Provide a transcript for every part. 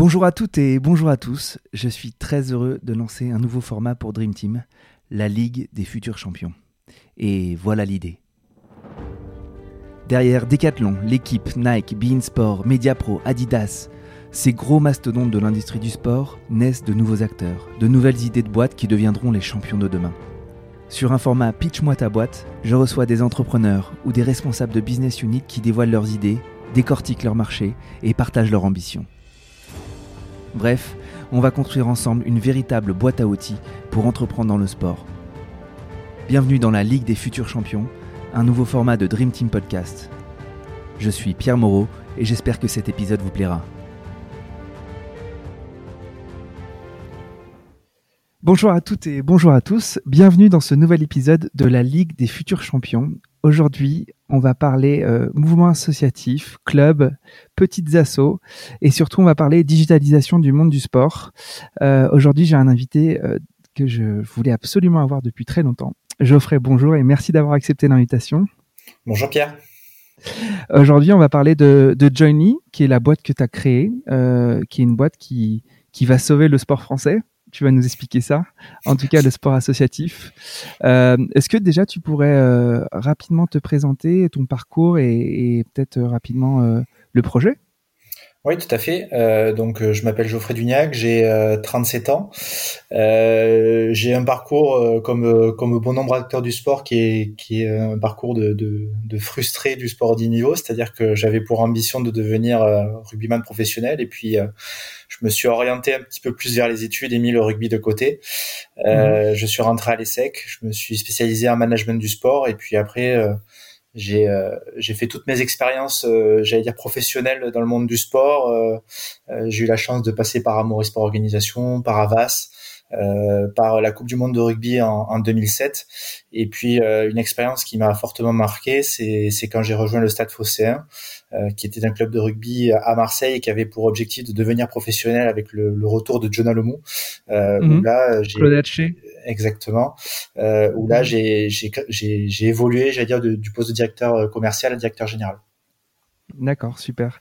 Bonjour à toutes et bonjour à tous, je suis très heureux de lancer un nouveau format pour Dream Team, la Ligue des futurs champions. Et voilà l'idée. Derrière Decathlon, l'équipe, Nike, beIN Sport, Mediapro, Adidas, ces gros mastodontes de l'industrie du sport naissent de nouveaux acteurs, de nouvelles idées de boîtes qui deviendront les champions de demain. Sur un format Pitch-moi ta boîte, je reçois des entrepreneurs ou des responsables de business unit qui dévoilent leurs idées, décortiquent leur marché et partagent leurs ambitions. Bref, on va construire ensemble une véritable boîte à outils pour entreprendre dans le sport. Bienvenue dans la Ligue des futurs champions, un nouveau format de Dream Team Podcast. Je suis Pierre Moreau et j'espère que cet épisode vous plaira. Bonjour à toutes et bonjour à tous, bienvenue dans ce nouvel épisode de la Ligue des futurs champions. Aujourd'hui, on va parler mouvement associatif, club, petites assos et surtout on va parler digitalisation du monde du sport. Aujourd'hui, j'ai un invité que je voulais absolument avoir depuis très longtemps. Geoffrey, bonjour et merci d'avoir accepté l'invitation. Bonjour Pierre. Aujourd'hui, on va parler de Joiny, qui est la boîte que tu as créée, qui est une boîte qui va sauver le sport français. Tu vas nous expliquer ça, en tout cas le sport associatif. Est-ce que déjà tu pourrais rapidement te présenter ton parcours et peut-être rapidement le projet ? Oui, tout à fait. Je m'appelle Geoffrey Dugnac, j'ai 37 ans. J'ai un parcours comme bon nombre d'acteurs du sport qui est un parcours de frustré du sport haut niveau, c'est-à-dire que j'avais pour ambition de devenir rugbyman professionnel et puis je me suis orienté un petit peu plus vers les études et mis le rugby de côté. Je suis rentré à l'ESSEC, je me suis spécialisé en management du sport et puis après j'ai fait toutes mes expériences, j'allais dire professionnelles dans le monde du sport. J'ai eu la chance de passer par Amaury Sport Organisation, par Havas, par la Coupe du Monde de rugby en 2007. Et puis une expérience qui m'a fortement marqué, c'est quand j'ai rejoint le Stade Phocéen, qui était un club de rugby à Marseille et qui avait pour objectif de devenir professionnel avec le retour de John Alomou. Où là, Claude Hatché. Exactement. Où là, j'ai évolué, j'allais dire, du poste de directeur commercial à directeur général. D'accord, super.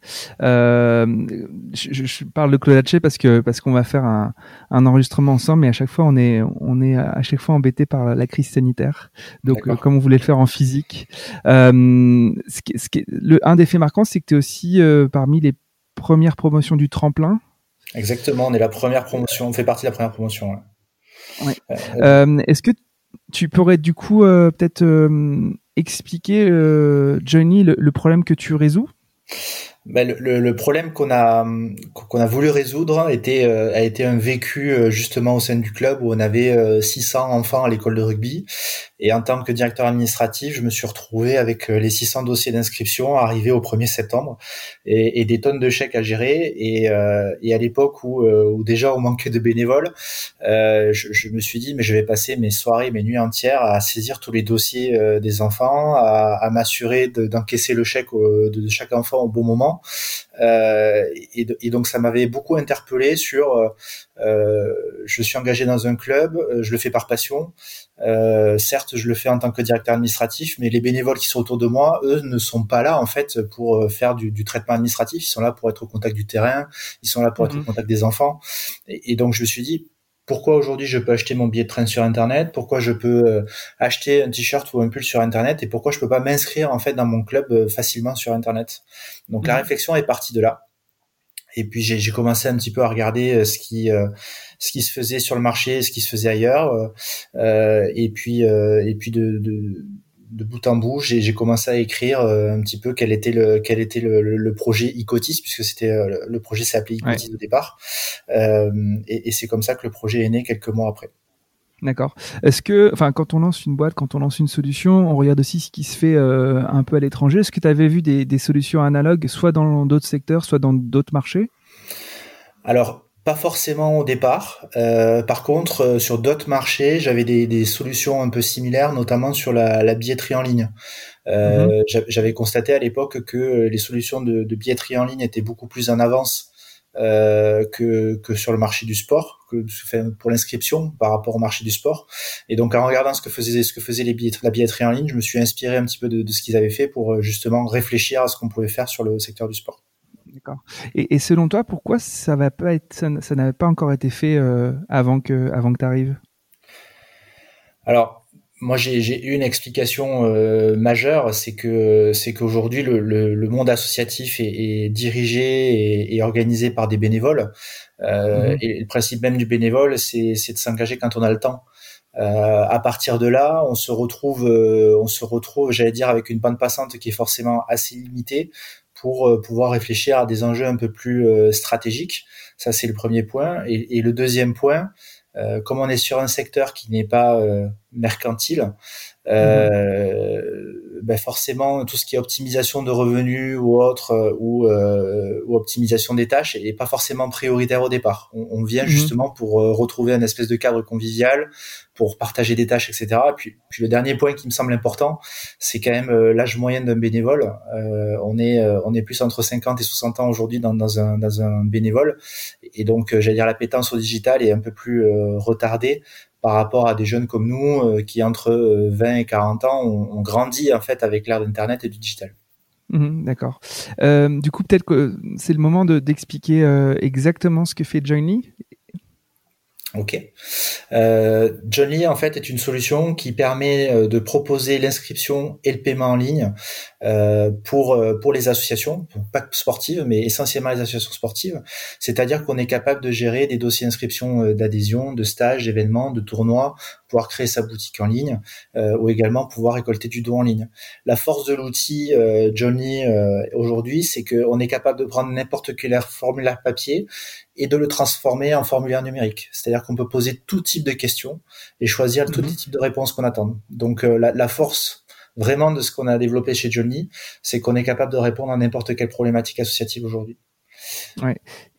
Je parle de Claude Hatché parce qu'on va faire un enregistrement ensemble, mais à chaque fois on est à chaque fois embêté par la crise sanitaire. Donc comme on voulait le faire en physique, un des faits marquants, c'est que tu es aussi parmi les premières promotions du tremplin. Exactement, on est la première promotion, on fait partie de la première promotion. Ouais. Ouais. Est-ce que tu pourrais du coup peut-être expliquer Joiny le problème que tu résous? Le problème qu'on a voulu résoudre a été un vécu justement au sein du club où on avait 600 enfants à l'école de rugby et en tant que directeur administratif, je me suis retrouvé avec les 600 dossiers d'inscription arrivés au 1er septembre et des tonnes de chèques à gérer et à l'époque où déjà on manquait de bénévoles, je me suis dit mais je vais passer mes soirées, mes nuits entières à saisir tous les dossiers des enfants, à m'assurer d'encaisser le chèque de chaque enfant au bon moment. Et donc ça m'avait beaucoup interpellé sur je suis engagé dans un club, je le fais par passion, certes je le fais en tant que directeur administratif, mais les bénévoles qui sont autour de moi, eux ne sont pas là en fait pour faire du traitement administratif, ils sont là pour être au contact du terrain, ils sont là pour être au contact des enfants, et donc je me suis dit pourquoi aujourd'hui je peux acheter mon billet de train sur internet, pourquoi je peux acheter un t-shirt ou un pull sur internet et pourquoi je peux pas m'inscrire en fait dans mon club facilement sur internet. Donc la réflexion est partie de là. Et puis j'ai commencé un petit peu à regarder ce qui se faisait sur le marché, ce qui se faisait ailleurs, et puis de bout en bout, j'ai commencé à écrire un petit peu quel était le projet Icotis, puisque c'était le projet s'est appelé Icotis au départ, et c'est comme ça que le projet est né quelques mois après. D'accord. Est-ce que, quand on lance une boîte, quand on lance une solution, on regarde aussi ce qui se fait un peu à l'étranger. Est-ce que tu avais vu des solutions analogues, soit dans d'autres secteurs, soit dans d'autres marchés ? Alors, pas forcément au départ. Par contre, sur d'autres marchés, j'avais des solutions un peu similaires, notamment sur la billetterie en ligne. J'avais constaté à l'époque que les solutions de billetterie en ligne étaient beaucoup plus en avance que sur le marché du sport, pour l'inscription par rapport au marché du sport. Et donc en regardant ce que faisait la billetterie en ligne, je me suis inspiré un petit peu de ce qu'ils avaient fait pour justement réfléchir à ce qu'on pouvait faire sur le secteur du sport. D'accord. Et selon toi, pourquoi ça n'avait pas encore été fait avant que tu arrives? Alors, moi, j'ai une explication majeure, c'est qu'aujourd'hui le monde associatif est dirigé et organisé par des bénévoles. Mhm. Et le principe même du bénévole, c'est de s'engager quand on a le temps. À partir de là, on se retrouve, j'allais dire, avec une bande passante qui est forcément assez limitée pour pouvoir réfléchir à des enjeux un peu plus stratégiques. Ça, c'est le premier point. Et le deuxième point, comme on est sur un secteur qui n'est pas mercantile, Mhm. ben forcément tout ce qui est optimisation de revenus ou autre ou optimisation des tâches est pas forcément prioritaire au départ. On vient Mhm. justement pour retrouver un espèce de cadre convivial, pour partager des tâches, etc. Puis le dernier point qui me semble important, c'est quand même l'âge moyen d'un bénévole. On est plus entre 50 et 60 ans aujourd'hui dans un bénévole, et donc j'allais dire l'appétence au digital est un peu plus retardée par rapport à des jeunes comme nous qui entre 20 et 40 ans ont grandi en fait avec l'ère d'internet et du digital. Mhm. D'accord. Du coup, peut-être que c'est le moment d'expliquer exactement ce que fait Joinly. Ok. Johnly en fait est une solution qui permet de proposer l'inscription et le paiement en ligne pour les associations, pas sportives, mais essentiellement les associations sportives. C'est-à-dire qu'on est capable de gérer des dossiers d'inscription d'adhésion, de stages, d'événements, de tournois, pouvoir créer sa boutique en ligne ou également pouvoir récolter du don en ligne. La force de l'outil Johnly aujourd'hui, c'est qu'on est capable de prendre n'importe quel formulaire papier et de le transformer en formulaire numérique. C'est-à-dire qu'on peut poser tout type de questions et choisir tout Mhm. type de réponses qu'on attend. Donc la force vraiment de ce qu'on a développé chez Johnny, c'est qu'on est capable de répondre à n'importe quelle problématique associative aujourd'hui. Ouais.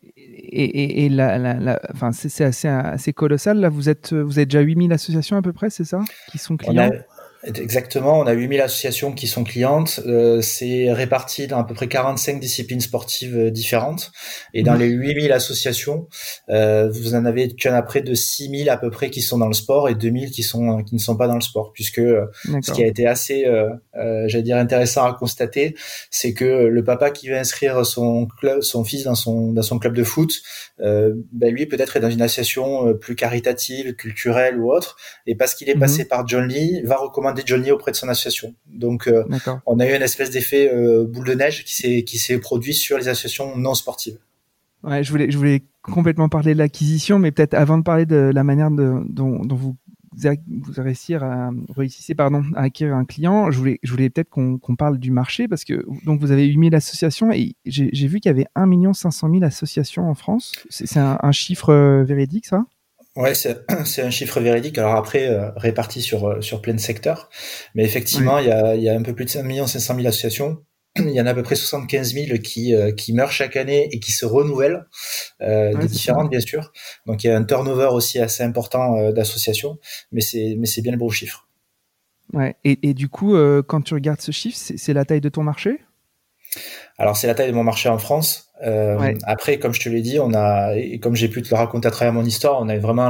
Enfin, c'est assez colossal. Là, vous êtes déjà 8000 associations à peu près, c'est ça, qui sont On a clients? Exactement, on a 8000 associations qui sont clientes. C'est réparti dans à peu près 45 disciplines sportives différentes. Et dans les Mhm. 8000 associations, tu en as près de 6000 à peu près qui sont dans le sport et 2000 qui ne sont pas dans le sport. Puisque ce qui a D'accord. été assez, j'allais dire, intéressant à constater, c'est que le papa qui veut inscrire son fils dans son club de foot, ben lui peut-être est dans une association plus caritative, culturelle ou autre, et parce qu'il est Mhm. passé par John Lee, va recommander John Lee auprès de son association. Donc, D'accord. on a eu une espèce d'effet boule de neige qui s'est produit sur les associations non sportives. Ouais, je voulais complètement parler de l'acquisition, mais peut-être avant de parler de la manière dont vous réussissez à acquérir un client, je voulais peut-être qu'on parle du marché parce que donc vous avez 8000 associations et j'ai vu qu'il y avait 1 500 000 associations en France. C'est un chiffre véridique, ça? Ouais, c'est un chiffre véridique. Alors après, réparti sur plein de secteurs. Mais Ouais, effectivement, il y a un peu plus de 5 500 000 associations. Il y en a à peu près 75 000 qui meurent chaque année et qui se renouvellent, ouais, des c'est ça. différentes, bien sûr. Donc il y a un turnover aussi assez important d'associations, mais c'est bien le beau chiffre. Ouais. Et du coup, quand tu regardes ce chiffre, c'est la taille de ton marché? Alors c'est la taille de mon marché en France. Ouais, Après, comme je te l'ai dit, et comme j'ai pu te le raconter à travers mon histoire, on a vraiment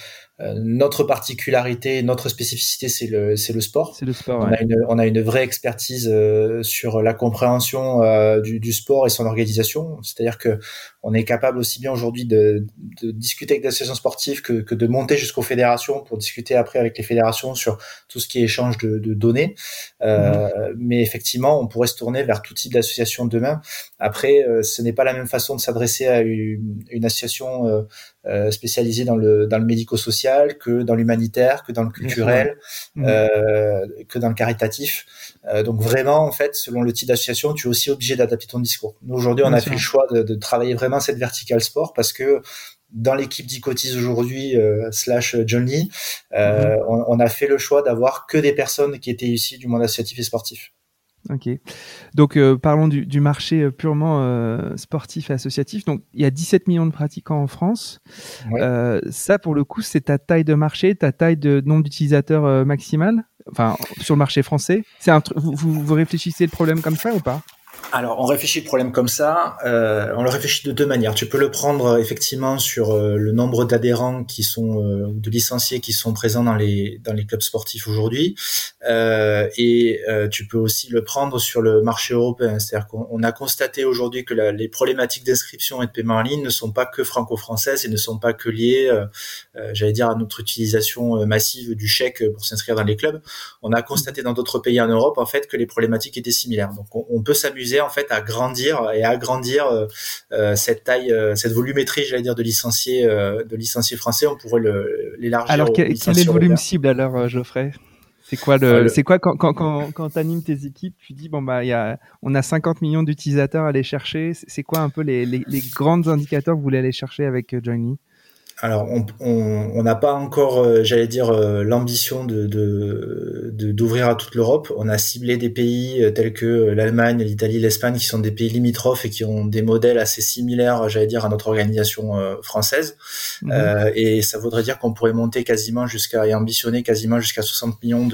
notre particularité, notre spécificité, c'est le sport. c'est le sport, ouais. On a une vraie expertise sur la compréhension du sport et son organisation. C'est-à-dire que on est capable aussi bien aujourd'hui de discuter avec des associations sportives que de monter jusqu'aux fédérations pour discuter après avec les fédérations sur tout ce qui est échange de données. Mhm. Mais effectivement, on pourrait se tourner vers tout type d'association demain. Après, ce n'est pas la même façon de s'adresser à une association spécialisée dans le médico-social que dans l'humanitaire, que dans le Bien sûr, ouais. culturel, Mhm. que dans le caritatif. Donc vraiment, en fait, selon le type d'association, tu es aussi obligé d'adapter ton discours. Nous, aujourd'hui, on Bien a fait sûr. le choix de travailler vraiment cette verticale sport parce que dans l'équipe d'Icotis aujourd'hui, slash John Lee, Mhm. on a fait le choix d'avoir que des personnes qui étaient issues du monde associatif et sportif. Ok. Donc, parlons du marché purement sportif et associatif. Donc, il y a 17 millions de pratiquants en France. Ouais. Ça, pour le coup, c'est ta taille de marché, ta taille de nombre d'utilisateurs maximal, enfin, sur le marché français. Vous réfléchissez le problème comme ça ou pas? Alors, on réfléchit le problème comme ça. On le réfléchit de deux manières. Tu peux le prendre effectivement sur le nombre d'adhérents qui sont de licenciés qui sont présents dans les clubs sportifs aujourd'hui, et tu peux aussi le prendre sur le marché européen. C'est-à-dire qu'on a constaté aujourd'hui que les problématiques d'inscription et de paiement en ligne ne sont pas que franco-françaises et ne sont pas que liées, j'allais dire, à notre utilisation massive du chèque pour s'inscrire dans les clubs. On a constaté dans d'autres pays en Europe en fait que les problématiques étaient similaires. Donc, on peut s'amuser en fait à grandir et à agrandir cette taille, cette volumétrie, j'allais dire, de licenciés français. On pourrait l'élargir. Alors quel est le volume cible alors, Geoffrey? C'est quoi c'est quoi quand t'animes tes équipes, tu dis bon bah on a 50 millions d'utilisateurs à aller chercher. C'est quoi un peu les grands indicateurs que vous voulez aller chercher avec Join.ly? Alors, on n'a pas encore, j'allais dire, l'ambition d'ouvrir à toute l'Europe. On a ciblé des pays tels que l'Allemagne, l'Italie, l'Espagne, qui sont des pays limitrophes et qui ont des modèles assez similaires, j'allais dire, à notre organisation française. Et ça voudrait dire qu'on pourrait monter et ambitionner quasiment jusqu'à 60 millions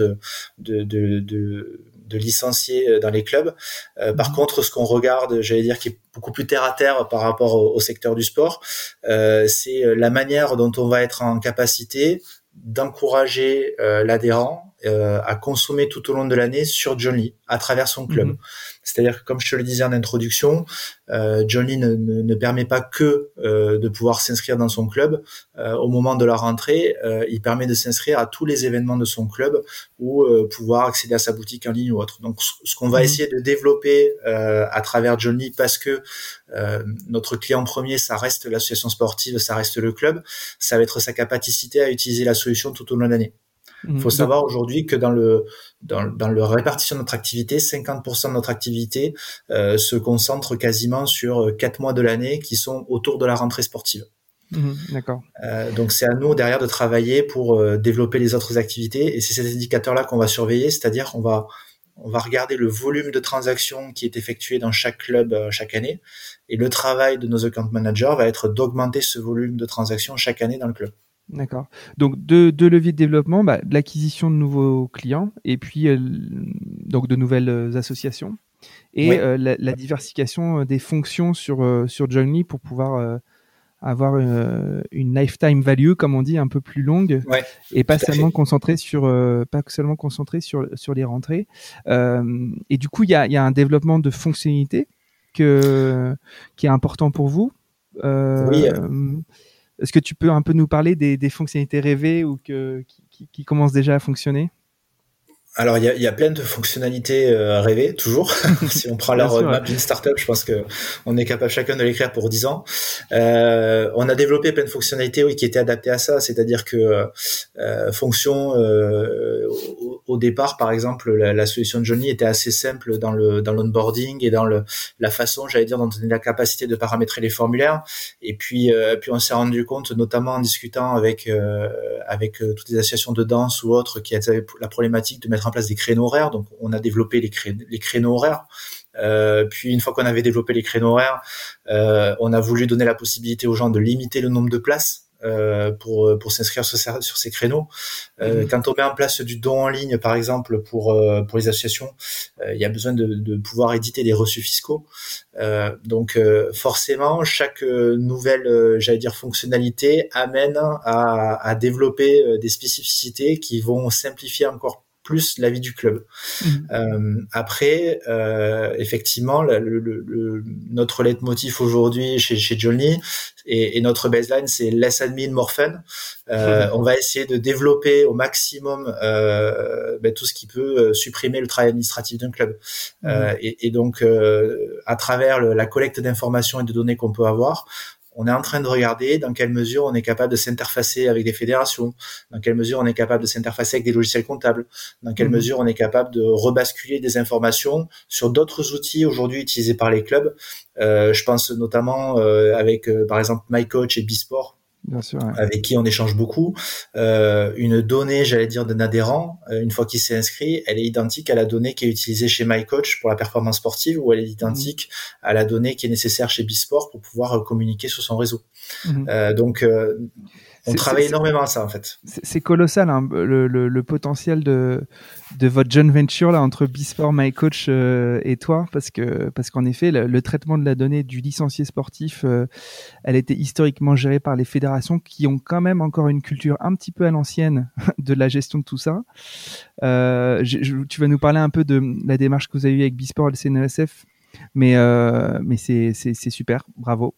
de licenciés dans les clubs. Par contre, ce qu'on regarde, j'allais dire, qui est beaucoup plus terre à terre par rapport au secteur du sport, c'est la manière dont on va être en capacité d'encourager l'adhérent à consommer tout au long de l'année sur Join.ly à travers son club. C'est-à-dire que, comme je te le disais en introduction, Join.ly ne permet pas que de pouvoir s'inscrire dans son club au moment de la rentrée. Il permet de s'inscrire à tous les événements de son club ou pouvoir accéder à sa boutique en ligne ou autre. Donc, ce qu'on va essayer de développer à travers Join.ly, parce que notre client premier, ça reste l'association sportive, ça reste le club, ça va être sa capacité à utiliser la solution tout au long de l'année. Il faut savoir aujourd'hui que dans le répartition de notre activité, 50% de notre activité se concentre quasiment sur 4 mois de l'année qui sont autour de la rentrée sportive. D'accord. Donc c'est à nous derrière de travailler pour développer les autres activités, et c'est cet indicateur-là qu'on va surveiller, c'est-à-dire on va regarder le volume de transactions qui est effectué dans chaque club chaque année, et le travail de nos account managers va être d'augmenter ce volume de transactions chaque année dans le club. D'accord. Donc deux leviers de développement, de l'acquisition de nouveaux clients et puis donc de nouvelles associations et la diversification des fonctions sur Join.ly pour pouvoir avoir une lifetime value, comme on dit, un peu plus longue, et pas seulement concentrée sur les rentrées. Et du coup, il y a un développement de fonctionnalités qui est important pour vous. Oui. Est-ce que tu peux un peu nous parler des fonctionnalités rêvées ou qui commencent déjà à fonctionner? Alors, il y a plein de fonctionnalités rêvées, toujours. Si on prend la roadmap d'une startup, je pense que on est capable chacun de l'écrire pour 10 ans. On a développé plein de fonctionnalités, qui étaient adaptées à ça. C'est-à-dire que fonction au départ, par exemple, la solution de Join.ly était assez simple dans l'onboarding et dans la façon, j'allais dire, dont on a la capacité de paramétrer les formulaires. Et puis on s'est rendu compte, notamment en discutant avec toutes les associations de danse ou autres qui avaient la problématique de mettre en place des créneaux horaires. Donc, on a développé les créneaux horaires. Puis, une fois qu'on avait développé les créneaux horaires, on a voulu donner la possibilité aux gens de limiter le nombre de places pour s'inscrire sur ces créneaux. Quand on met en place du don en ligne, par exemple, pour les associations, il y a besoin de pouvoir éditer des reçus fiscaux. Donc forcément, chaque nouvelle, j'allais dire, fonctionnalité amène à développer des spécificités qui vont simplifier encore plus la vie du club. Après, effectivement, notre leitmotiv aujourd'hui chez Join.ly et notre baseline, c'est less admin, more fun. On va essayer de développer au maximum tout ce qui peut supprimer le travail administratif d'un club. Et donc, à travers la collecte d'informations et de données qu'on peut avoir, on est en train de regarder dans quelle mesure on est capable de s'interfacer avec des fédérations, dans quelle mesure on est capable de s'interfacer avec des logiciels comptables, dans quelle mesure on est capable de rebasculer des informations sur d'autres outils aujourd'hui utilisés par les clubs. Je pense notamment avec, par exemple, MyCoach et Bisport, Bien sûr, ouais. avec qui on échange beaucoup. Une donnée, j'allais dire, d'un adhérent, une fois qu'il s'est inscrit, elle est identique à la donnée qui est utilisée chez MyCoach pour la performance sportive, ou elle est identique à la donnée qui est nécessaire chez Bisport pour pouvoir communiquer sur son réseau. Donc, on travaille énormément à ça, en fait. C'est colossal, hein, le potentiel de votre joint venture là entre Bisport, MyCoach et toi, parce qu'en effet, le traitement de la donnée du licencié sportif, elle était historiquement gérée par les fédérations qui ont quand même encore une culture un petit peu à l'ancienne de la gestion de tout ça. Tu vas nous parler un peu de la démarche que vous avez eue avec Bisport et le CNESF. Mais c'est super, bravo.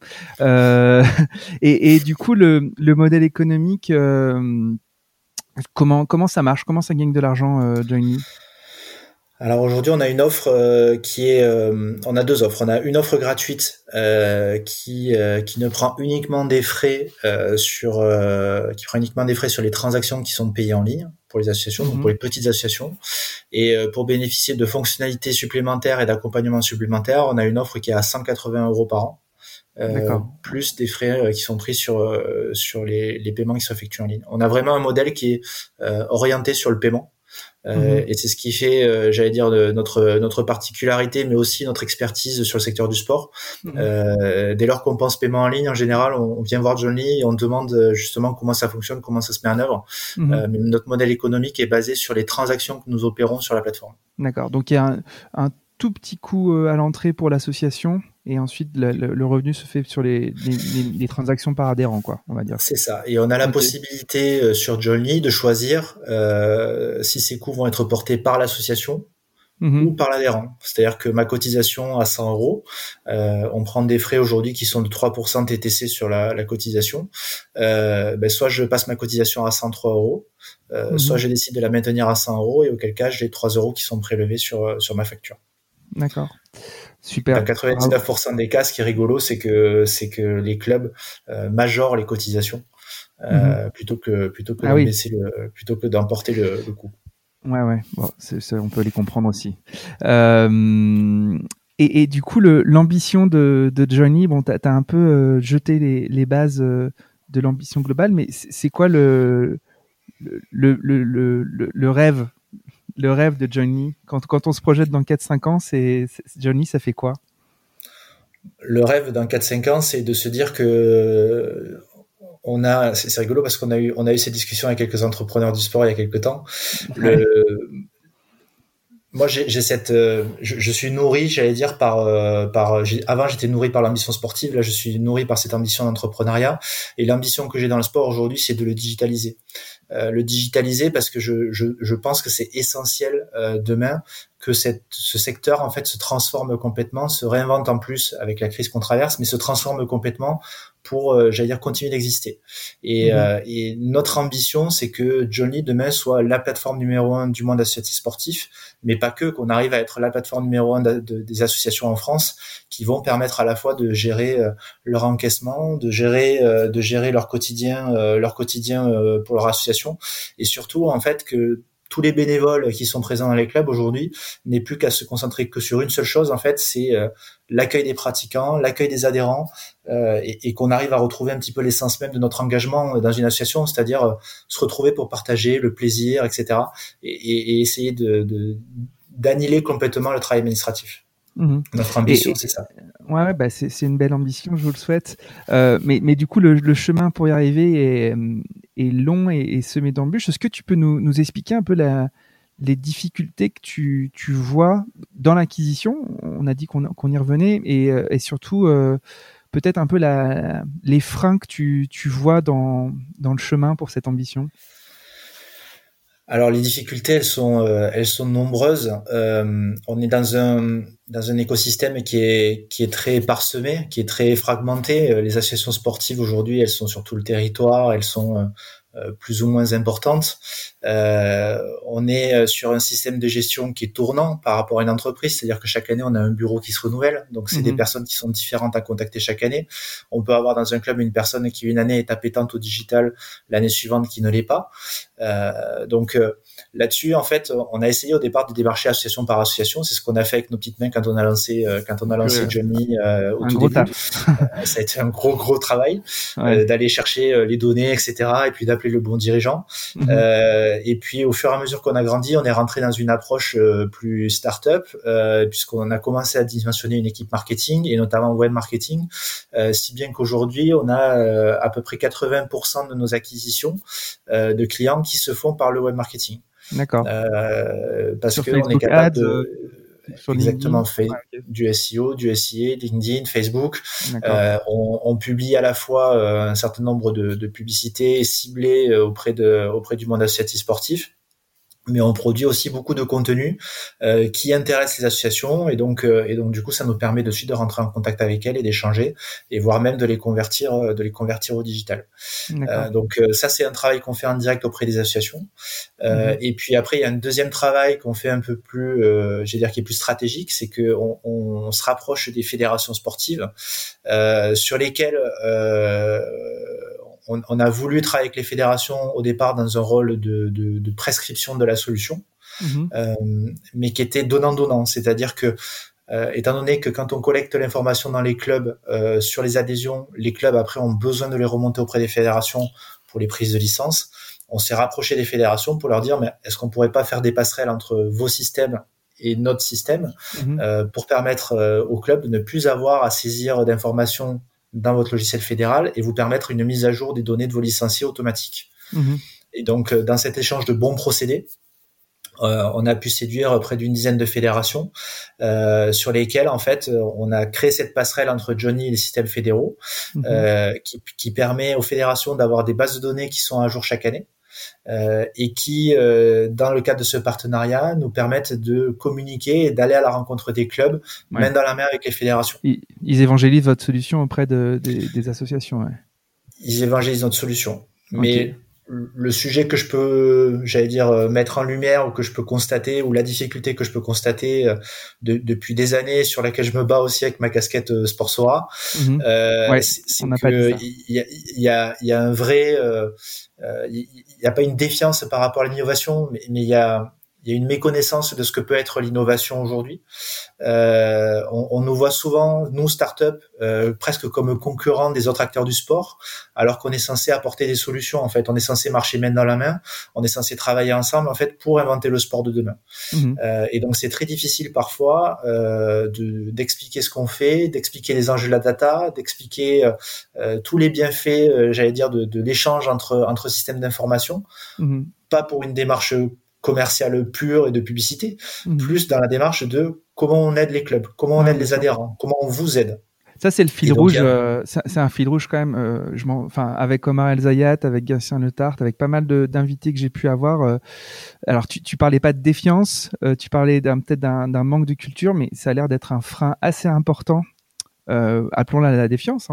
Et du coup, le modèle économique, comment ça marche? Comment ça gagne de l'argent, Join.me? Alors aujourd'hui, on a une offre on a deux offres. On a une offre gratuite qui ne prend uniquement des frais qui prend uniquement des frais sur les transactions qui sont payées en ligne pour les associations, donc pour les petites associations. Et pour bénéficier de fonctionnalités supplémentaires et d'accompagnement supplémentaire, on a une offre qui est à 180 € par an. Plus des frais qui sont pris sur les paiements qui s'effectuent en ligne. On a vraiment un modèle qui est orienté sur le paiement. Et c'est ce qui fait, j'allais dire, notre particularité, mais aussi notre expertise sur le secteur du sport. Dès lors qu'on pense paiement en ligne, en général, on vient voir Join.me et on demande justement comment ça fonctionne, comment ça se met en œuvre. Mais notre modèle économique est basé sur les transactions que nous opérons sur la plateforme. D'accord. Donc il y a un tout petit coût à l'entrée pour l'association, et ensuite le revenu se fait sur les transactions par adhérent, quoi, on va dire. C'est ça. Et on a la possibilité sur Join.me de choisir si ces coûts vont être portés par l'association ou par l'adhérent. C'est-à-dire que ma cotisation à 100 €, on prend des frais aujourd'hui qui sont de 3% TTC sur la cotisation. Soit je passe ma cotisation à 103 €, soit je décide de la maintenir à 100 €, et auquel cas j'ai 3 € qui sont prélevés sur ma facture. D'accord. Super. Dans 99% des cas, ce qui est rigolo, c'est que les clubs majorent les cotisations plutôt que plutôt que d'emporter le coût. Ouais. Bon, on peut les comprendre aussi. Et du coup, l'ambition de Join.me, bon, t'as un peu jeté les bases de l'ambition globale, mais c'est quoi le rêve? Le rêve de Join.me, quand on se projette dans 4-5 ans, Join.me, ça fait quoi? Le rêve dans 4-5 ans, c'est de se dire que c'est rigolo parce qu'on a eu ces discussions avec quelques entrepreneurs du sport il y a quelques temps. Moi, je suis nourri, j'allais dire, avant j'étais nourri par l'ambition sportive, là je suis nourri par cette ambition d'entrepreneuriat, et l'ambition que j'ai dans le sport aujourd'hui, c'est de le digitaliser. Parce que je pense que c'est essentiel demain que ce secteur en fait se transforme complètement, se réinvente en plus avec la crise qu'on traverse, mais se transforme complètement pour, j'allais dire, continuer d'exister. Et notre ambition, c'est que Join.me demain soit la plateforme numéro 1 du monde associatif sportif, mais pas qu'on arrive à être la plateforme numéro 1 des associations en France, qui vont permettre à la fois de gérer leur encaissement, de gérer leur quotidien pour leur association, et surtout en fait que tous les bénévoles qui sont présents dans les clubs aujourd'hui n'aient plus qu'à se concentrer que sur une seule chose, en fait, c'est l'accueil des pratiquants, l'accueil des adhérents, et qu'on arrive à retrouver un petit peu l'essence même de notre engagement dans une association, c'est-à-dire se retrouver pour partager le plaisir, etc., et essayer d'annihiler complètement le travail administratif. Notre ambition, c'est ça. Ouais, c'est une belle ambition, je vous le souhaite. Mais du coup, le chemin pour y arriver est long et semé d'embûches. Est-ce que tu peux nous expliquer un peu les difficultés que tu vois dans l'acquisition? On a dit qu'on y revenait, et surtout peut-être un peu les freins que tu vois dans le chemin pour cette ambition. Alors les difficultés, elles sont nombreuses. On est dans un écosystème qui est très parsemé, qui est très fragmenté. Les associations sportives aujourd'hui, elles sont sur tout le territoire, elles sont plus ou moins importantes. On est sur un système de gestion qui est tournant par rapport à une entreprise, c'est-à-dire que chaque année on a un bureau qui se renouvelle, donc c'est des personnes qui sont différentes à contacter chaque année. On peut avoir dans un club une personne qui une année est appétente au digital, l'année suivante qui ne l'est pas. Donc là-dessus, en fait, on a essayé au départ de démarcher association par association. C'est ce qu'on a fait avec nos petites mains quand on a lancé Johnny au tout début. Ça a été un gros travail d'aller chercher les données, etc. Et puis d'appeler le bon dirigeant. Et puis au fur et à mesure qu'on a grandi, on est rentré dans une approche plus start-up, puisqu'on a commencé à dimensionner une équipe marketing et notamment web marketing, si bien qu'aujourd'hui on a à peu près 80% de nos acquisitions de clients qui se font par le web marketing. D'accord. Parce qu'on est capable exactement okay. Du SEO, du SIA, LinkedIn, Facebook. On publie à la fois un certain nombre de publicités ciblées auprès du monde associatif sportif. Mais on produit aussi beaucoup de contenu qui intéresse les associations et donc du coup ça nous permet de suite de rentrer en contact avec elles et d'échanger et voire même de les convertir au digital. Donc ça c'est un travail qu'on fait en direct auprès des associations. Et puis après il y a un deuxième travail qu'on fait un peu plus qui est plus stratégique, c'est que on se rapproche des fédérations sportives sur lesquelles on a voulu travailler avec les fédérations au départ dans un rôle de prescription de la solution, mais qui était donnant-donnant. C'est-à-dire que, étant donné que quand on collecte l'information dans les clubs sur les adhésions, les clubs après ont besoin de les remonter auprès des fédérations pour les prises de licence, on s'est rapproché des fédérations pour leur dire mais est-ce qu'on pourrait pas faire des passerelles entre vos systèmes et notre système pour permettre aux clubs de ne plus avoir à saisir d'informations dans votre logiciel fédéral et vous permettre une mise à jour des données de vos licenciés automatiques. Et donc, dans cet échange de bons procédés, on a pu séduire près d'une dizaine de fédérations sur lesquelles, en fait, on a créé cette passerelle entre Johnny et les systèmes fédéraux qui permet aux fédérations d'avoir des bases de données qui sont à jour chaque année. Et qui, dans le cadre de ce partenariat, nous permettent de communiquer et d'aller à la rencontre des clubs, main dans la main avec les fédérations. Ils évangélisent votre solution auprès des associations. Ouais. Ils évangélisent notre solution. Mais le sujet que je peux, mettre en lumière ou que je peux constater, ou la difficulté que je peux constater depuis des années, sur laquelle je me bats aussi avec ma casquette Sportsora, c'est que il y a un vrai, il y a pas une défiance par rapport à l'innovation, mais il y a une méconnaissance de ce que peut être l'innovation aujourd'hui. On nous voit souvent, nous, start-up, presque comme concurrents des autres acteurs du sport, alors qu'on est censé apporter des solutions. En fait, on est censé marcher main dans la main, on est censé travailler ensemble, en fait, pour inventer le sport de demain. Et donc, c'est très difficile parfois d'expliquer ce qu'on fait, d'expliquer les enjeux de la data, d'expliquer tous les bienfaits, de l'échange entre systèmes d'information, pas pour une démarche commerciale pure et de publicité, plus dans la démarche de comment on aide les clubs, comment on aide les adhérents, comment on vous aide. Ça, c'est le fil rouge. C'est un fil rouge quand même. Avec Omar El Zayat, avec Gatien Le Tart, avec pas mal d'invités que j'ai pu avoir. Alors, tu parlais pas de défiance, tu parlais peut-être d'un manque de culture, mais ça a l'air d'être un frein assez important. Appelons-la la défiance.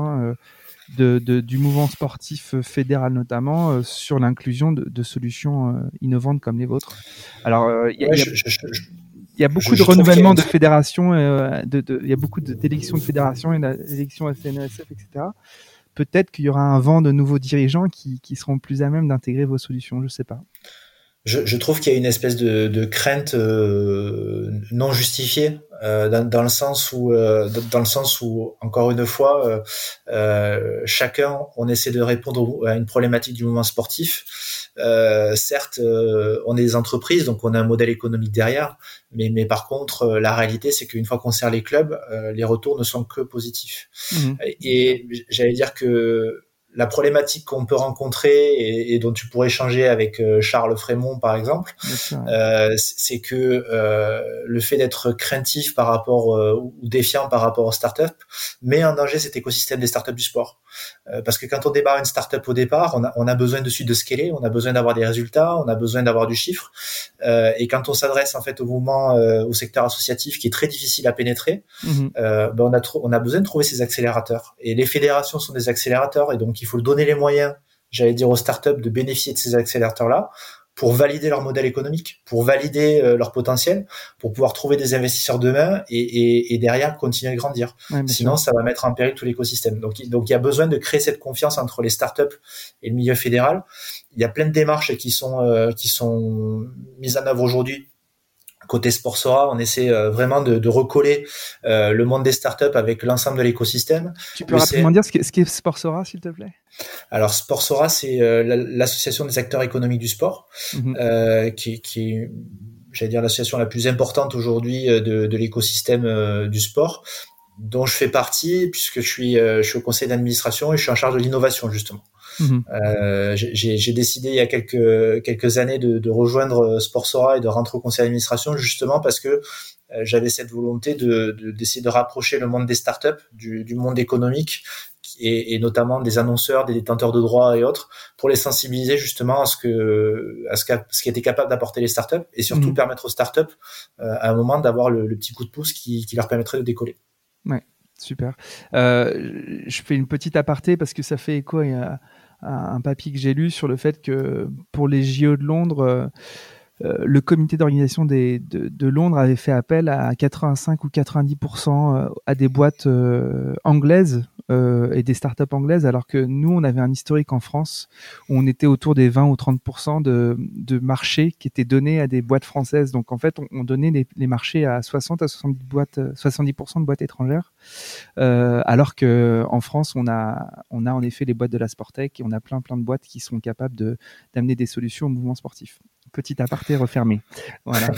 Du mouvement sportif fédéral notamment sur l'inclusion de solutions innovantes comme les vôtres. Alors, il y a beaucoup de renouvellement de fédérations, il y a beaucoup d'élections de fédérations et d'élections à CNESF, etc. Peut-être qu'il y aura un vent de nouveaux dirigeants qui seront plus à même d'intégrer vos solutions, je sais pas. Je trouve qu'il y a une espèce de crainte non justifiée dans le sens où encore une fois chacun on essaie de répondre à une problématique du mouvement sportif. Certes, on est des entreprises, donc on a un modèle économique derrière, mais par contre, la réalité, c'est qu'une fois qu'on sert les clubs, les retours ne sont que positifs. Et j'allais dire que la problématique qu'on peut rencontrer et dont tu pourrais échanger avec Charles Frémont, par exemple, c'est que le fait d'être craintif par rapport ou défiant par rapport aux startups met en danger cet écosystème des startups du sport. Parce que quand on démarre une startup au départ, on a besoin de suite de scaler, on a besoin d'avoir des résultats, on a besoin d'avoir du chiffre. Et quand on s'adresse en fait au mouvement, au secteur associatif qui est très difficile à pénétrer, on a besoin de trouver ces accélérateurs. Et les fédérations sont des accélérateurs, et donc il faut donner les moyens, aux startups de bénéficier de ces accélérateurs-là pour valider leur modèle économique, pour valider leur potentiel, pour pouvoir trouver des investisseurs demain et derrière continuer à grandir. Ouais, Sinon, sûr. ça va mettre en péril tout l'écosystème. Donc il y a besoin de créer cette confiance entre les startups et le milieu fédéral. Il y a plein de démarches qui sont mises en œuvre aujourd'hui. Côté Sportsora, on essaie vraiment de recoller le monde des startups avec l'ensemble de l'écosystème. Tu peux rapidement dire ce qu'est Sportsora, s'il te plaît? Alors Sportsora, c'est l'association des acteurs économiques du sport, qui est, j'allais dire, l'association la plus importante aujourd'hui de l'écosystème du sport, dont je fais partie puisque je suis au conseil d'administration et je suis en charge de l'innovation justement. J'ai décidé il y a quelques années de rejoindre Sportsora et de rentrer au conseil d'administration justement parce que j'avais cette volonté d'essayer de rapprocher le monde des startups du monde économique et notamment des annonceurs, des détenteurs de droits et autres, pour les sensibiliser justement à ce qui était capable d'apporter les startups et surtout permettre aux startups à un moment d'avoir le petit coup de pouce qui leur permettrait de décoller. Ouais, super. Je fais une petite aparté parce que ça fait écho à un papier que j'ai lu sur le fait que pour les JO de Londres, le comité d'organisation de Londres avait fait appel à 85 ou 90% à des boîtes anglaises et des startups anglaises, alors que nous, on avait un historique en France où on était autour des 20 ou 30% de marchés qui étaient donnés à des boîtes françaises. Donc, en fait, on donnait les marchés à 60 à 70% de boîtes étrangères, alors que en France, on a en effet les boîtes de la Sportec et on a plein de boîtes qui sont capables d'amener des solutions au mouvement sportif. Petit aparté refermé. Voilà.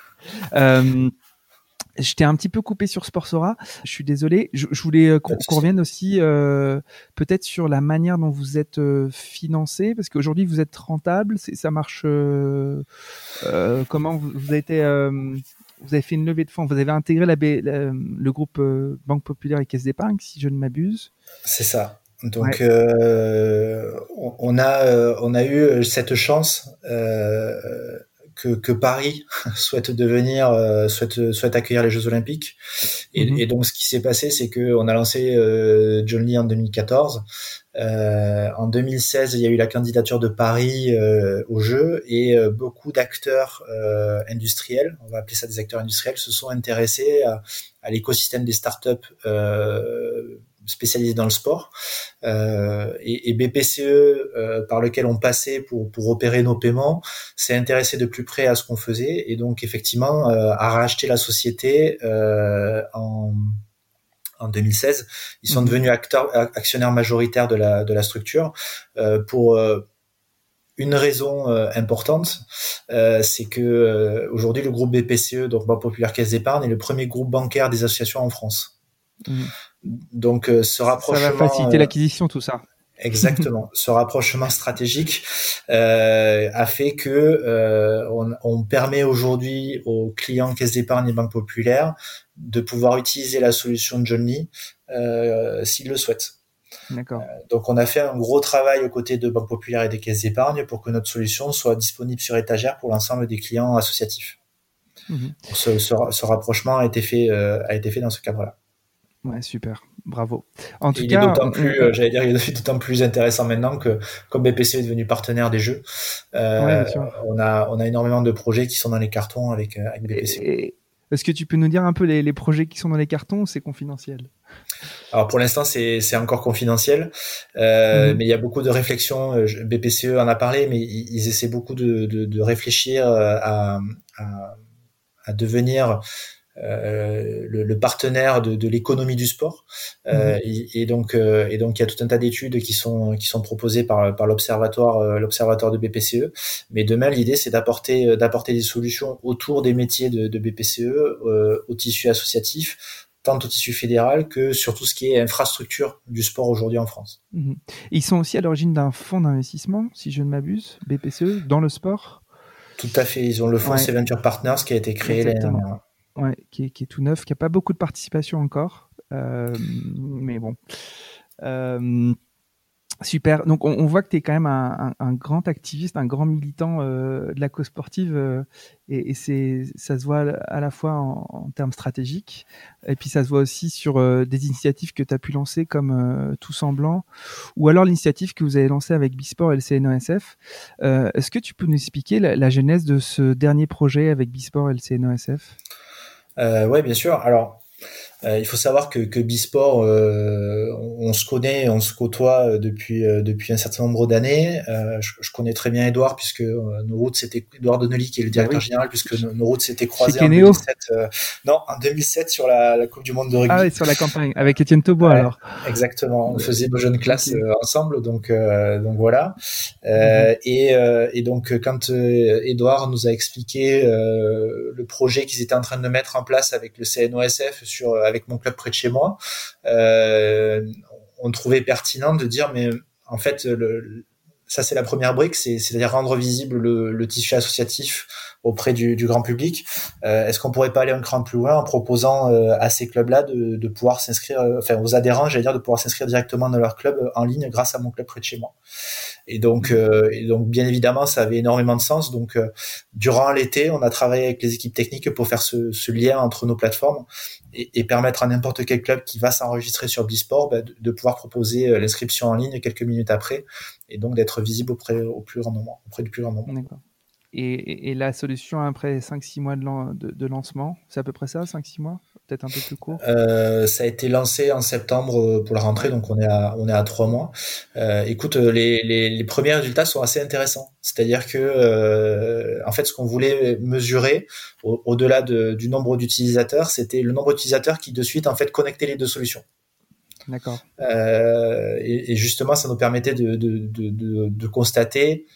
Je t'ai un petit peu coupé sur Sportsora. Je suis désolé. Je voulais qu'on revienne aussi peut-être sur la manière dont vous êtes financé, parce qu'aujourd'hui vous êtes rentable. Ça marche comment vous avez été vous avez fait une levée de fonds. Vous avez intégré le groupe Banque Populaire et Caisse d'Épargne, si je ne m'abuse. C'est ça. Donc on a eu cette chance que Paris souhaite accueillir les Jeux Olympiques et donc ce qui s'est passé, c'est que on a lancé John Lee en 2014. En 2016, il y a eu la candidature de Paris aux Jeux et beaucoup d'acteurs industriels, on va appeler ça des acteurs industriels, se sont intéressés à l'écosystème des startups spécialisés dans le sport et BPCE par lequel on passait pour opérer nos paiements s'est intéressé de plus près à ce qu'on faisait et donc effectivement a racheté la société en 2016. Ils sont devenus actionnaires majoritaires de la structure pour une raison importante, c'est que aujourd'hui le groupe BPCE, donc Banque Populaire Caisse d'Épargne, est le premier groupe bancaire des associations en France. Donc ce rapprochement, ça va faciliter l'acquisition, tout ça. Exactement. Ce rapprochement stratégique a fait que on permet aujourd'hui aux clients Caisse d'Épargne et Banque Populaire de pouvoir utiliser la solution de John Lee s'ils le souhaitent. D'accord. Donc on a fait un gros travail aux côtés de Banque Populaire et des caisses d'épargne pour que notre solution soit disponible sur étagère pour l'ensemble des clients associatifs. Ce rapprochement a été fait dans ce cadre-là. Ouais, super, bravo. En tout cas, il est d'autant plus intéressant maintenant que comme BPCE est devenu partenaire des Jeux, on a énormément de projets qui sont dans les cartons avec BPCE. Est-ce que tu peux nous dire un peu les projets qui sont dans les cartons ou c'est confidentiel? Alors pour l'instant c'est encore confidentiel, mais il y a beaucoup de réflexions. BPCE en a parlé, mais ils essaient beaucoup de réfléchir à devenir le partenaire de l'économie du sport et donc il y a tout un tas d'études qui sont proposées par l'observatoire de BPCE, mais demain l'idée c'est d'apporter des solutions autour des métiers de BPCE au tissu associatif, tant au tissu fédéral que sur tout ce qui est infrastructure du sport aujourd'hui en France. Ils sont aussi à l'origine d'un fonds d'investissement, si je ne m'abuse, BPCE, dans le sport. Tout à fait, ils ont le fonds Venture Partners qui a été créé l'année dernière. Ouais, qui est tout neuf, qui n'a pas beaucoup de participation encore, mais bon. Super. Donc, on voit que tu es quand même un grand activiste, un grand militant de la cause sportive, et ça se voit à la fois en termes stratégiques, et puis ça se voit aussi sur des initiatives que tu as pu lancer comme Tous en Blanc, ou alors l'initiative que vous avez lancée avec Bisport et le CNOSF. Est-ce que tu peux nous expliquer la genèse de ce dernier projet avec Bisport et le CNOSF? Ouais, bien sûr. Alors, il faut savoir que Bisport, on se connaît, on se côtoie depuis un certain nombre d'années. Je connais très bien Edouard puisque nos routes s'étaient Edouard Donnelly qui est le Bah directeur oui, général puisque nos routes s'étaient chez croisées en Kenéo. 2007. Non, en 2007 sur la Coupe du Monde de Ah oui, rugby. sur la campagne, avec Étienne Taubois Ouais, alors. exactement. On faisait nos jeunes Ok. classes ensemble, donc voilà. Mhm. Et donc quand Edouard nous a expliqué le projet qu'ils étaient en train de mettre en place avec le CNOSF avec mon club près de chez moi, euh, on trouvait pertinent de dire mais en fait ça c'est la première brique, c'est-à-dire rendre visible le tissu associatif auprès du grand public. Est-ce qu'on pourrait pas aller un cran plus loin en proposant à ces clubs-là de pouvoir s'inscrire, enfin aux adhérents, j'allais dire, de pouvoir s'inscrire directement dans leur club en ligne grâce à mon club près de chez moi. Et donc bien évidemment, ça avait énormément de sens. Donc durant l'été, on a travaillé avec les équipes techniques pour faire ce lien entre nos plateformes et permettre à n'importe quel club qui va s'enregistrer sur Bisport de pouvoir proposer l'inscription en ligne quelques minutes après et donc d'être visible auprès du plus grand nombre. D'accord. Et la solution après 5-6 mois de lancement, c'est à peu près ça, 5-6 mois? Peut-être un peu plus court? Ça a été lancé en septembre pour la rentrée, Ouais. donc on est à 3 mois. Écoute, les premiers résultats sont assez intéressants. C'est-à-dire que en fait, ce qu'on voulait mesurer au-delà du nombre d'utilisateurs, c'était le nombre d'utilisateurs qui de suite en fait connectaient les deux solutions. D'accord. Et justement, ça nous permettait de constater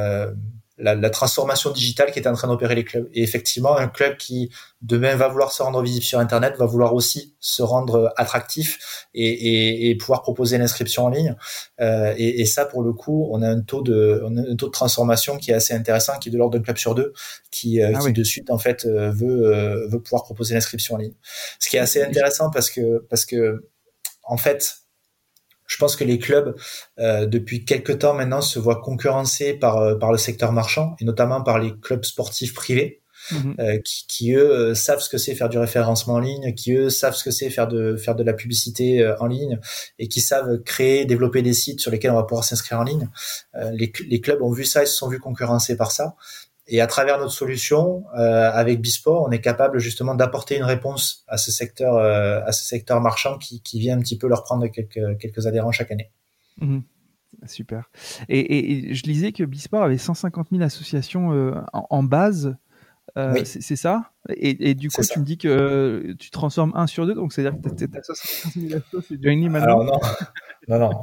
la transformation digitale qui est en train d'opérer les clubs. Et effectivement, un club qui demain va vouloir se rendre visible sur Internet va vouloir aussi se rendre attractif et pouvoir proposer l'inscription en ligne. Et ça, pour le coup, on a un taux de transformation qui est assez intéressant, qui est de l'ordre d'un club sur deux, Ah qui oui. de suite en fait veut pouvoir proposer l'inscription en ligne. Ce qui est assez intéressant parce que en fait, je pense que les clubs, depuis quelques temps maintenant, se voient concurrencés par le secteur marchand, et notamment par les clubs sportifs privés, Mhm. qui eux savent ce que c'est faire du référencement en ligne, qui eux savent ce que c'est faire de la publicité en ligne, et qui savent créer, développer des sites sur lesquels on va pouvoir s'inscrire en ligne. Les clubs ont vu ça, ils se sont vus concurrencés par ça. Et à travers notre solution, avec Bisport, on est capable justement d'apporter une réponse à ce secteur marchand qui vient un petit peu leur prendre quelques adhérents chaque année. Mhm. Super. Et je lisais que Bisport avait 150 000 associations en base. Oui, C'est ça? Et du c'est coup, tu ça. me dis que tu transformes un sur deux, donc c'est-à-dire que tu as 75 000 assos, c'est Joiny Alors maintenant? non, non, non.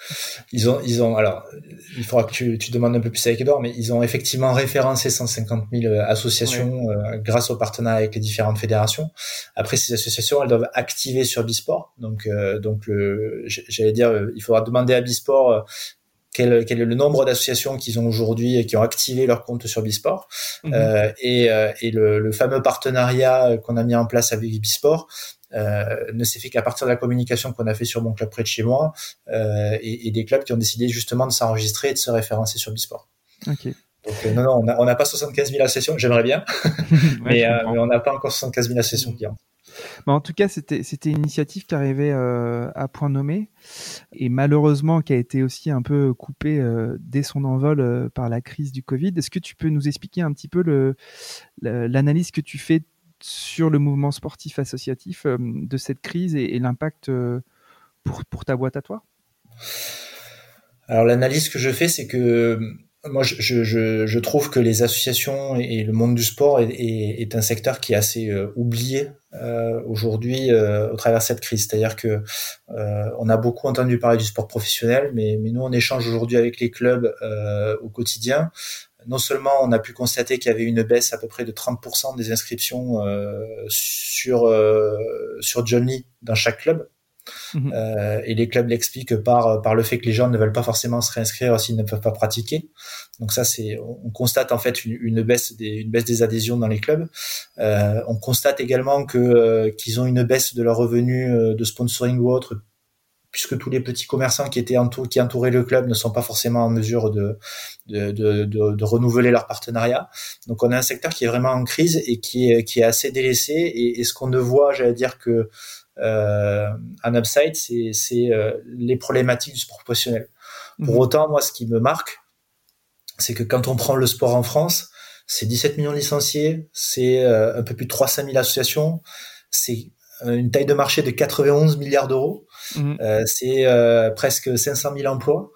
Alors, il faudra que tu demandes un peu plus avec Edouard, mais ils ont effectivement référencé 150 000 Ouais. associations grâce au partenariat avec les différentes fédérations. Après, ces associations, elles doivent activer sur Bisport. Donc, j'allais dire, il faudra demander à Bisport quel est le nombre d'associations qu'ils ont aujourd'hui et qui ont activé leur compte sur Bisport. Mhm. Et le fameux partenariat qu'on a mis en place avec Bisport ne s'est fait qu'à partir de la communication qu'on a fait sur mon club près de chez moi et des clubs qui ont décidé justement de s'enregistrer et de se référencer sur Bisport. Ok. Donc non, on n'a pas 75 000 associations, j'aimerais bien, Ouais, je mais comprends. on n'a pas encore 75 000 associations Mhm. clientes. Bah, en tout cas, c'était une initiative qui arrivait à point nommé et malheureusement qui a été aussi un peu coupée dès son envol par la crise du Covid. Est-ce que tu peux nous expliquer un petit peu l'analyse que tu fais sur le mouvement sportif associatif de cette crise et l'impact pour ta boîte à toi? Alors l'analyse que je fais, c'est que moi je trouve que les associations et le monde du sport est un secteur qui est assez oublié aujourd'hui au travers de cette crise. C'est-à-dire que on a beaucoup entendu parler du sport professionnel, mais nous on échange aujourd'hui avec les clubs au quotidien. Non seulement on a pu constater qu'il y avait une baisse à peu près de 30% des inscriptions sur John Lee dans chaque club. Mhm. Et les clubs l'expliquent par le fait que les gens ne veulent pas forcément se réinscrire s'ils ne peuvent pas pratiquer. Donc ça, on constate en fait une baisse des adhésions dans les clubs. On constate également qu'ils ont une baisse de leurs revenus de sponsoring ou autre puisque tous les petits commerçants qui entouraient le club ne sont pas forcément en mesure de renouveler leur partenariat. Donc on a un secteur qui est vraiment en crise et qui est assez délaissé, et ce qu'on ne voit, j'allais dire que en Upside, c'est les problématiques du sport professionnel. Pour autant, moi, ce qui me marque, c'est que quand on prend le sport en France, c'est 17 millions de licenciés, c'est un peu plus de 300 000 associations, c'est une taille de marché de 91 milliards d'euros, c'est presque 500 000 emplois.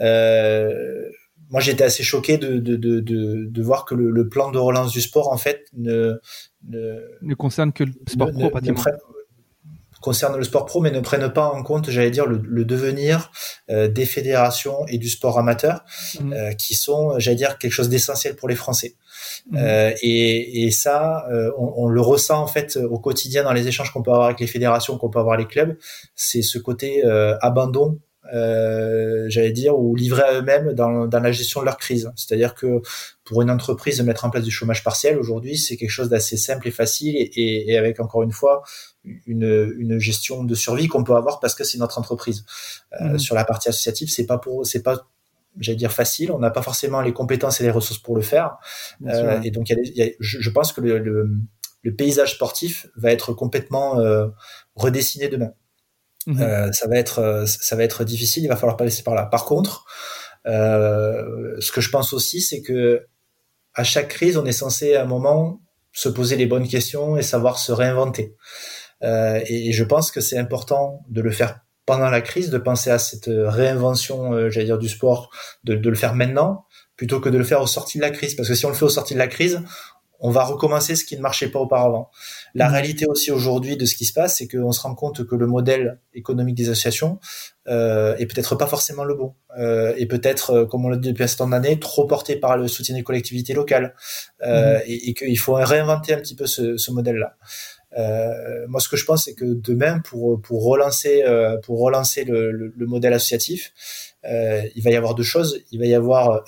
Moi, j'étais assez choqué de voir que le plan de relance du sport, en fait, ne concerne que le sport pro, pratiquement. Concerne le sport pro, mais ne prennent pas en compte, j'allais dire, le devenir des fédérations et du sport amateur, qui sont, j'allais dire, quelque chose d'essentiel pour les Français. Et ça, on le ressent en fait au quotidien dans les échanges qu'on peut avoir avec les fédérations, qu'on peut avoir avec les clubs. C'est ce côté abandon, j'allais dire, ou livré à eux-mêmes dans la gestion de leur crise. C'est-à-dire que pour une entreprise, de mettre en place du chômage partiel aujourd'hui, c'est quelque chose d'assez simple et facile, et avec, encore une fois, une gestion de survie qu'on peut avoir parce que c'est notre entreprise. Sur la partie associative, c'est pas, j'allais dire, facile. On n'a pas forcément les compétences et les ressources pour le faire. Et donc, je pense que le paysage sportif va être complètement redessiné demain. Ça va être difficile. Il va falloir passer par là. Par contre, ce que je pense aussi, c'est que à chaque crise, on est censé à un moment se poser les bonnes questions et savoir se réinventer. Et je pense que c'est important de le faire pendant la crise, de penser à cette réinvention, j'allais dire, du sport, de le faire maintenant, plutôt que de le faire au sorti de la crise. Parce que si on le fait au sorti de la crise, on va recommencer ce qui ne marchait pas auparavant. La réalité aussi aujourd'hui de ce qui se passe, c'est qu'on se rend compte que le modèle économique des associations est peut-être pas forcément le bon, et peut-être, comme on l'a dit depuis un certain nombre d'années, trop porté par le soutien des collectivités locales, et qu'il faut réinventer un petit peu ce modèle-là. Moi, ce que je pense, c'est que demain, pour relancer le modèle associatif, il va y avoir deux choses. Il va y avoir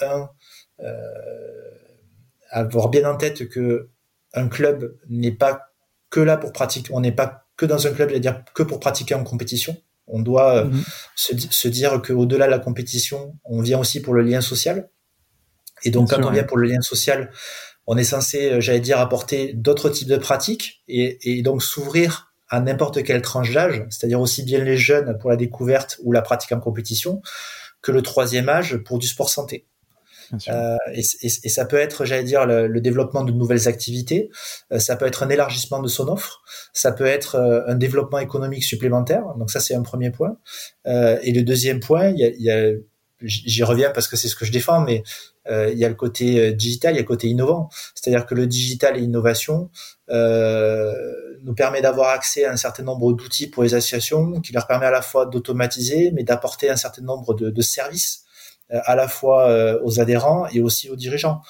avoir bien en tête que un club n'est pas que là pour pratiquer. On n'est pas que dans un club, je veux dire, que pour pratiquer en compétition. On doit se dire qu'au-delà de la compétition, on vient aussi pour le lien social. Et donc, quand on vient pour le lien social, on est censé, j'allais dire, apporter d'autres types de pratiques et donc s'ouvrir à n'importe quelle tranche d'âge, c'est-à-dire aussi bien les jeunes pour la découverte ou la pratique en compétition que le troisième âge pour du sport santé. Et ça peut être, j'allais dire, le développement de nouvelles activités, ça peut être un élargissement de son offre, ça peut être un développement économique supplémentaire. Donc ça, c'est un premier point. Et le deuxième point, j'y reviens parce que c'est ce que je défends, mais il y a le côté digital, il y a le côté innovant. C'est-à-dire que le digital et l'innovation nous permet d'avoir accès à un certain nombre d'outils pour les associations, qui leur permet à la fois d'automatiser, mais d'apporter un certain nombre de services à la fois aux adhérents et aussi aux dirigeants.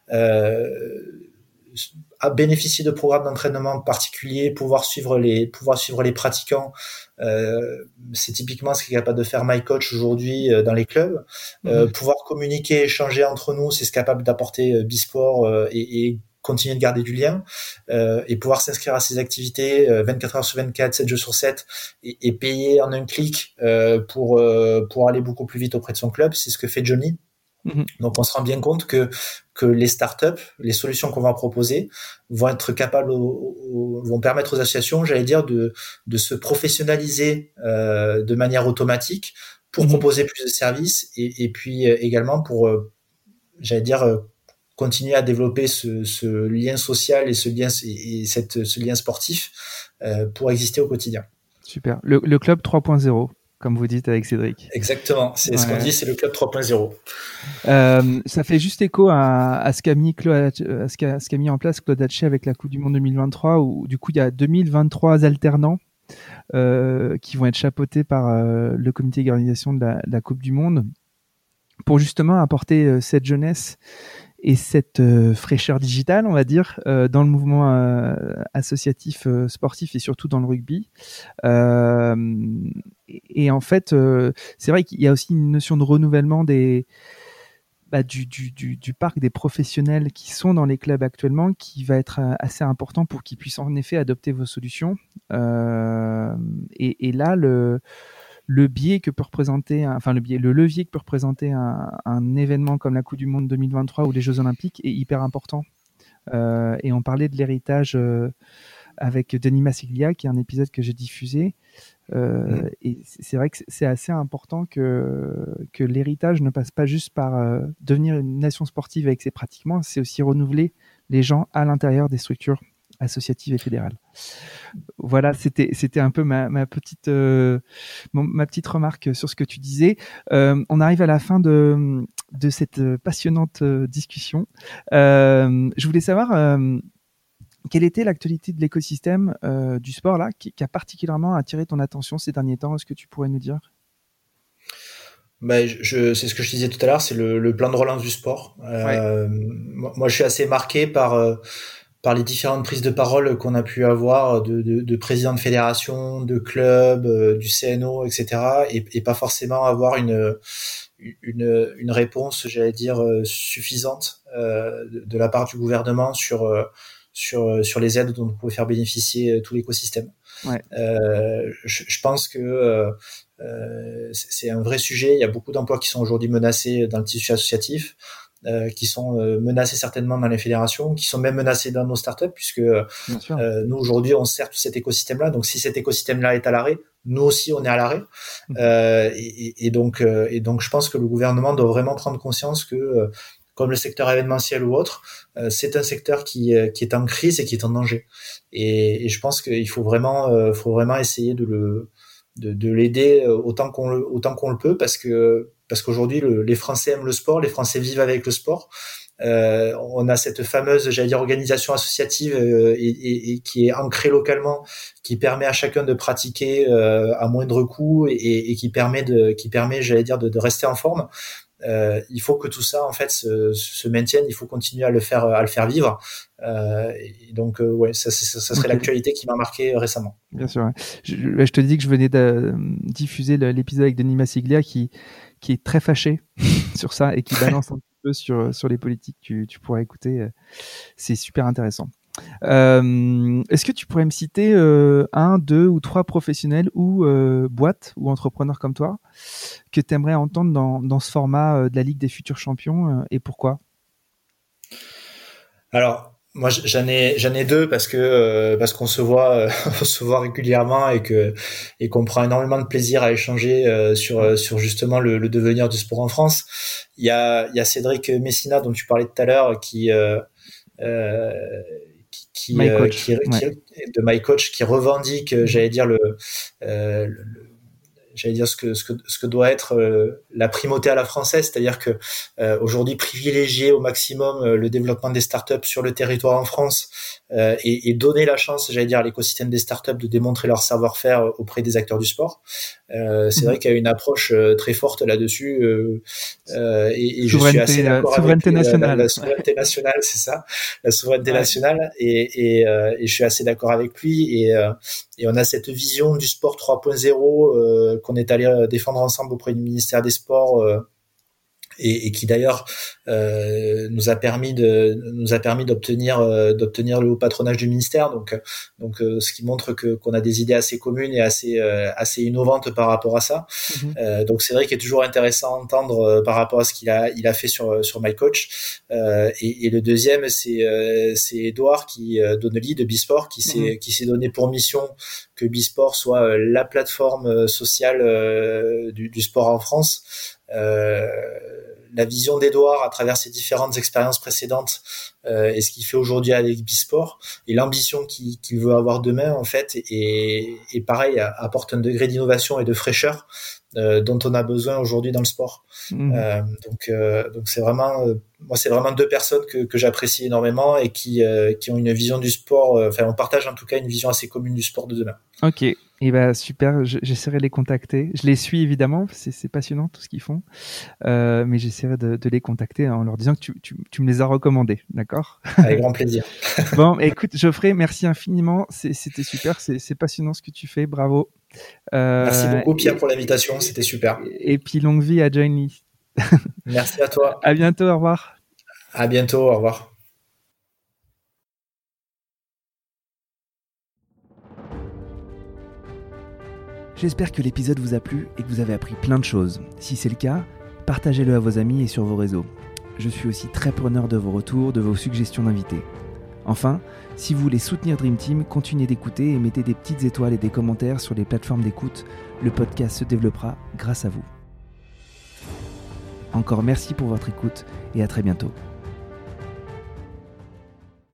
À bénéficier de programmes d'entraînement particuliers, pouvoir suivre les pratiquants, c'est typiquement ce qu'est capable de faire MyCoach aujourd'hui dans les clubs. Pouvoir communiquer, échanger entre nous, c'est ce capable d'apporter Bisport, et continuer de garder du lien, et pouvoir s'inscrire à ces activités 24 heures sur 24, 7 jours sur 7, et payer en un clic pour aller beaucoup plus vite auprès de son club. C'est ce que fait Johnny. Donc on se rend bien compte que les startups, les solutions qu'on va proposer vont être capables, vont permettre aux associations, j'allais dire, de se professionnaliser de manière automatique pour proposer plus de services, et puis également pour, j'allais dire, continuer à développer ce lien social et ce lien sportif pour exister au quotidien. Super. Le club 3.0, comme vous dites avec Cédric. Exactement. C'est ce qu'on dit, c'est le club 3.0. Ça fait juste écho à ce qu'a mis en place Claude Hatché avec la Coupe du Monde 2023, où du coup il y a 2023 alternants qui vont être chapeautés par le comité d'organisation de la Coupe du Monde, pour justement apporter cette jeunesse et cette fraîcheur digitale, on va dire, dans le mouvement associatif sportif et surtout dans le rugby. Et en fait, c'est vrai qu'il y a aussi une notion de renouvellement du parc des professionnels qui sont dans les clubs actuellement, qui va être assez important pour qu'ils puissent en effet adopter vos solutions. Et là, le biais que peut représenter, le levier que peut représenter un événement comme la Coupe du Monde 2023 ou les Jeux Olympiques est hyper important. Et on parlait de l'héritage avec Denis Massiglia, qui est un épisode que j'ai diffusé. Et c'est vrai que c'est assez important que l'héritage ne passe pas juste par devenir une nation sportive avec ses pratiquants, c'est aussi renouveler les gens à l'intérieur des structures associatives et fédérales. Voilà, c'était un peu ma petite remarque sur ce que tu disais. On arrive à la fin de cette passionnante discussion. Je voulais savoir quelle était l'actualité de l'écosystème du sport là, qui a particulièrement attiré ton attention ces derniers temps? Est-ce que tu pourrais nous dire? C'est ce que je disais tout à l'heure, c'est le plan de relance du sport. Ouais. Moi, je suis assez marqué par les différentes prises de parole qu'on a pu avoir de présidents de fédération, de clubs, du CNO, etc. Et pas forcément avoir une réponse, j'allais dire, suffisante de la part du gouvernement sur les aides dont on peut faire bénéficier tout l'écosystème. Ouais. Je pense que c'est un vrai sujet. Il y a beaucoup d'emplois qui sont aujourd'hui menacés dans le tissu associatif, qui sont menacés certainement dans les fédérations, qui sont même menacés dans nos startups, puisque nous aujourd'hui on sert tout cet écosystème-là. Donc si cet écosystème-là est à l'arrêt, nous aussi on est à l'arrêt. Et donc je pense que le gouvernement doit vraiment prendre conscience que comme le secteur événementiel ou autre, c'est un secteur qui est en crise et qui est en danger. Et je pense qu'il faut vraiment essayer de l'aider autant qu'on le peut, parce qu'aujourd'hui les Français aiment le sport, les Français vivent avec le sport. On a cette fameuse, j'allais dire, organisation associative et qui est ancrée localement, qui permet à chacun de pratiquer à moindre coût et qui permet, j'allais dire, de rester en forme. Il faut que tout ça en fait se maintienne, il faut continuer à le faire vivre. Et donc ça serait l'actualité qui m'a marqué récemment. Bien sûr. Ouais. Je te dis que je venais de diffuser l'épisode avec Denis Massiglia qui est très fâché sur ça et qui balance un peu sur les politiques. Tu pourras écouter, c'est super intéressant. Est-ce que tu pourrais me citer 1, 2 ou 3 professionnels ou boîtes ou entrepreneurs comme toi que tu aimerais entendre dans ce format de la Ligue des futurs champions et pourquoi? Alors moi j'en ai 2 parce qu'on se voit on se voit régulièrement et qu'on prend énormément de plaisir à échanger sur justement le devenir du sport en France. Il y a Cédric Messina dont tu parlais tout à l'heure qui de My Coach, qui revendique, j'allais dire ce que doit être la primauté à la française, c'est-à-dire que aujourd'hui privilégier au maximum le développement des startups sur le territoire en France et donner la chance, j'allais dire, à l'écosystème des startups de démontrer leur savoir-faire auprès des acteurs du sport. C'est vrai qu'il y a une approche très forte là-dessus et je suis assez d'accord avec lui, la souveraineté nationale, c'est ça, la souveraineté nationale et je suis assez d'accord avec lui et on a cette vision du sport 3.0 qu'on est allé défendre ensemble auprès du ministère des Sports et qui d'ailleurs nous a permis d'obtenir le haut patronage du ministère, donc ce qui montre qu'on a des idées assez communes et assez innovantes par rapport à ça. Donc c'est vrai qu'il est toujours intéressant à entendre par rapport à ce qu'il a fait sur My Coach. Et le deuxième c'est Edouard Donnelly de Bisport qui s'est donné pour mission que Bisport soit la plateforme sociale du sport en France. La vision d'Edouard à travers ses différentes expériences précédentes et ce qu'il fait aujourd'hui avec Bisport et l'ambition qu'il veut avoir demain en fait et pareil apporte un degré d'innovation et de fraîcheur dont on a besoin aujourd'hui dans le sport. Donc c'est vraiment moi c'est vraiment 2 personnes que j'apprécie énormément et qui ont une vision du sport, enfin on partage en tout cas une vision assez commune du sport de demain. Ok, et super, j'essaierai de les contacter. Je les suis évidemment, c'est passionnant tout ce qu'ils font, mais j'essaierai de les contacter en leur disant que tu me les as recommandés, d'accord? Avec grand plaisir. Bon, écoute Geoffrey, merci infiniment, c'était super, c'est passionnant ce que tu fais, bravo. Merci beaucoup Pierre pour l'invitation, c'était super. Et puis longue vie à Joinly. Merci à toi. À bientôt, au revoir. À bientôt, au revoir. J'espère que l'épisode vous a plu et que vous avez appris plein de choses. Si c'est le cas, partagez-le à vos amis et sur vos réseaux. Je suis aussi très preneur de vos retours, de vos suggestions d'invités. Enfin, si vous voulez soutenir Dream Team, continuez d'écouter et mettez des petites étoiles et des commentaires sur les plateformes d'écoute. Le podcast se développera grâce à vous. Encore merci pour votre écoute et à très bientôt.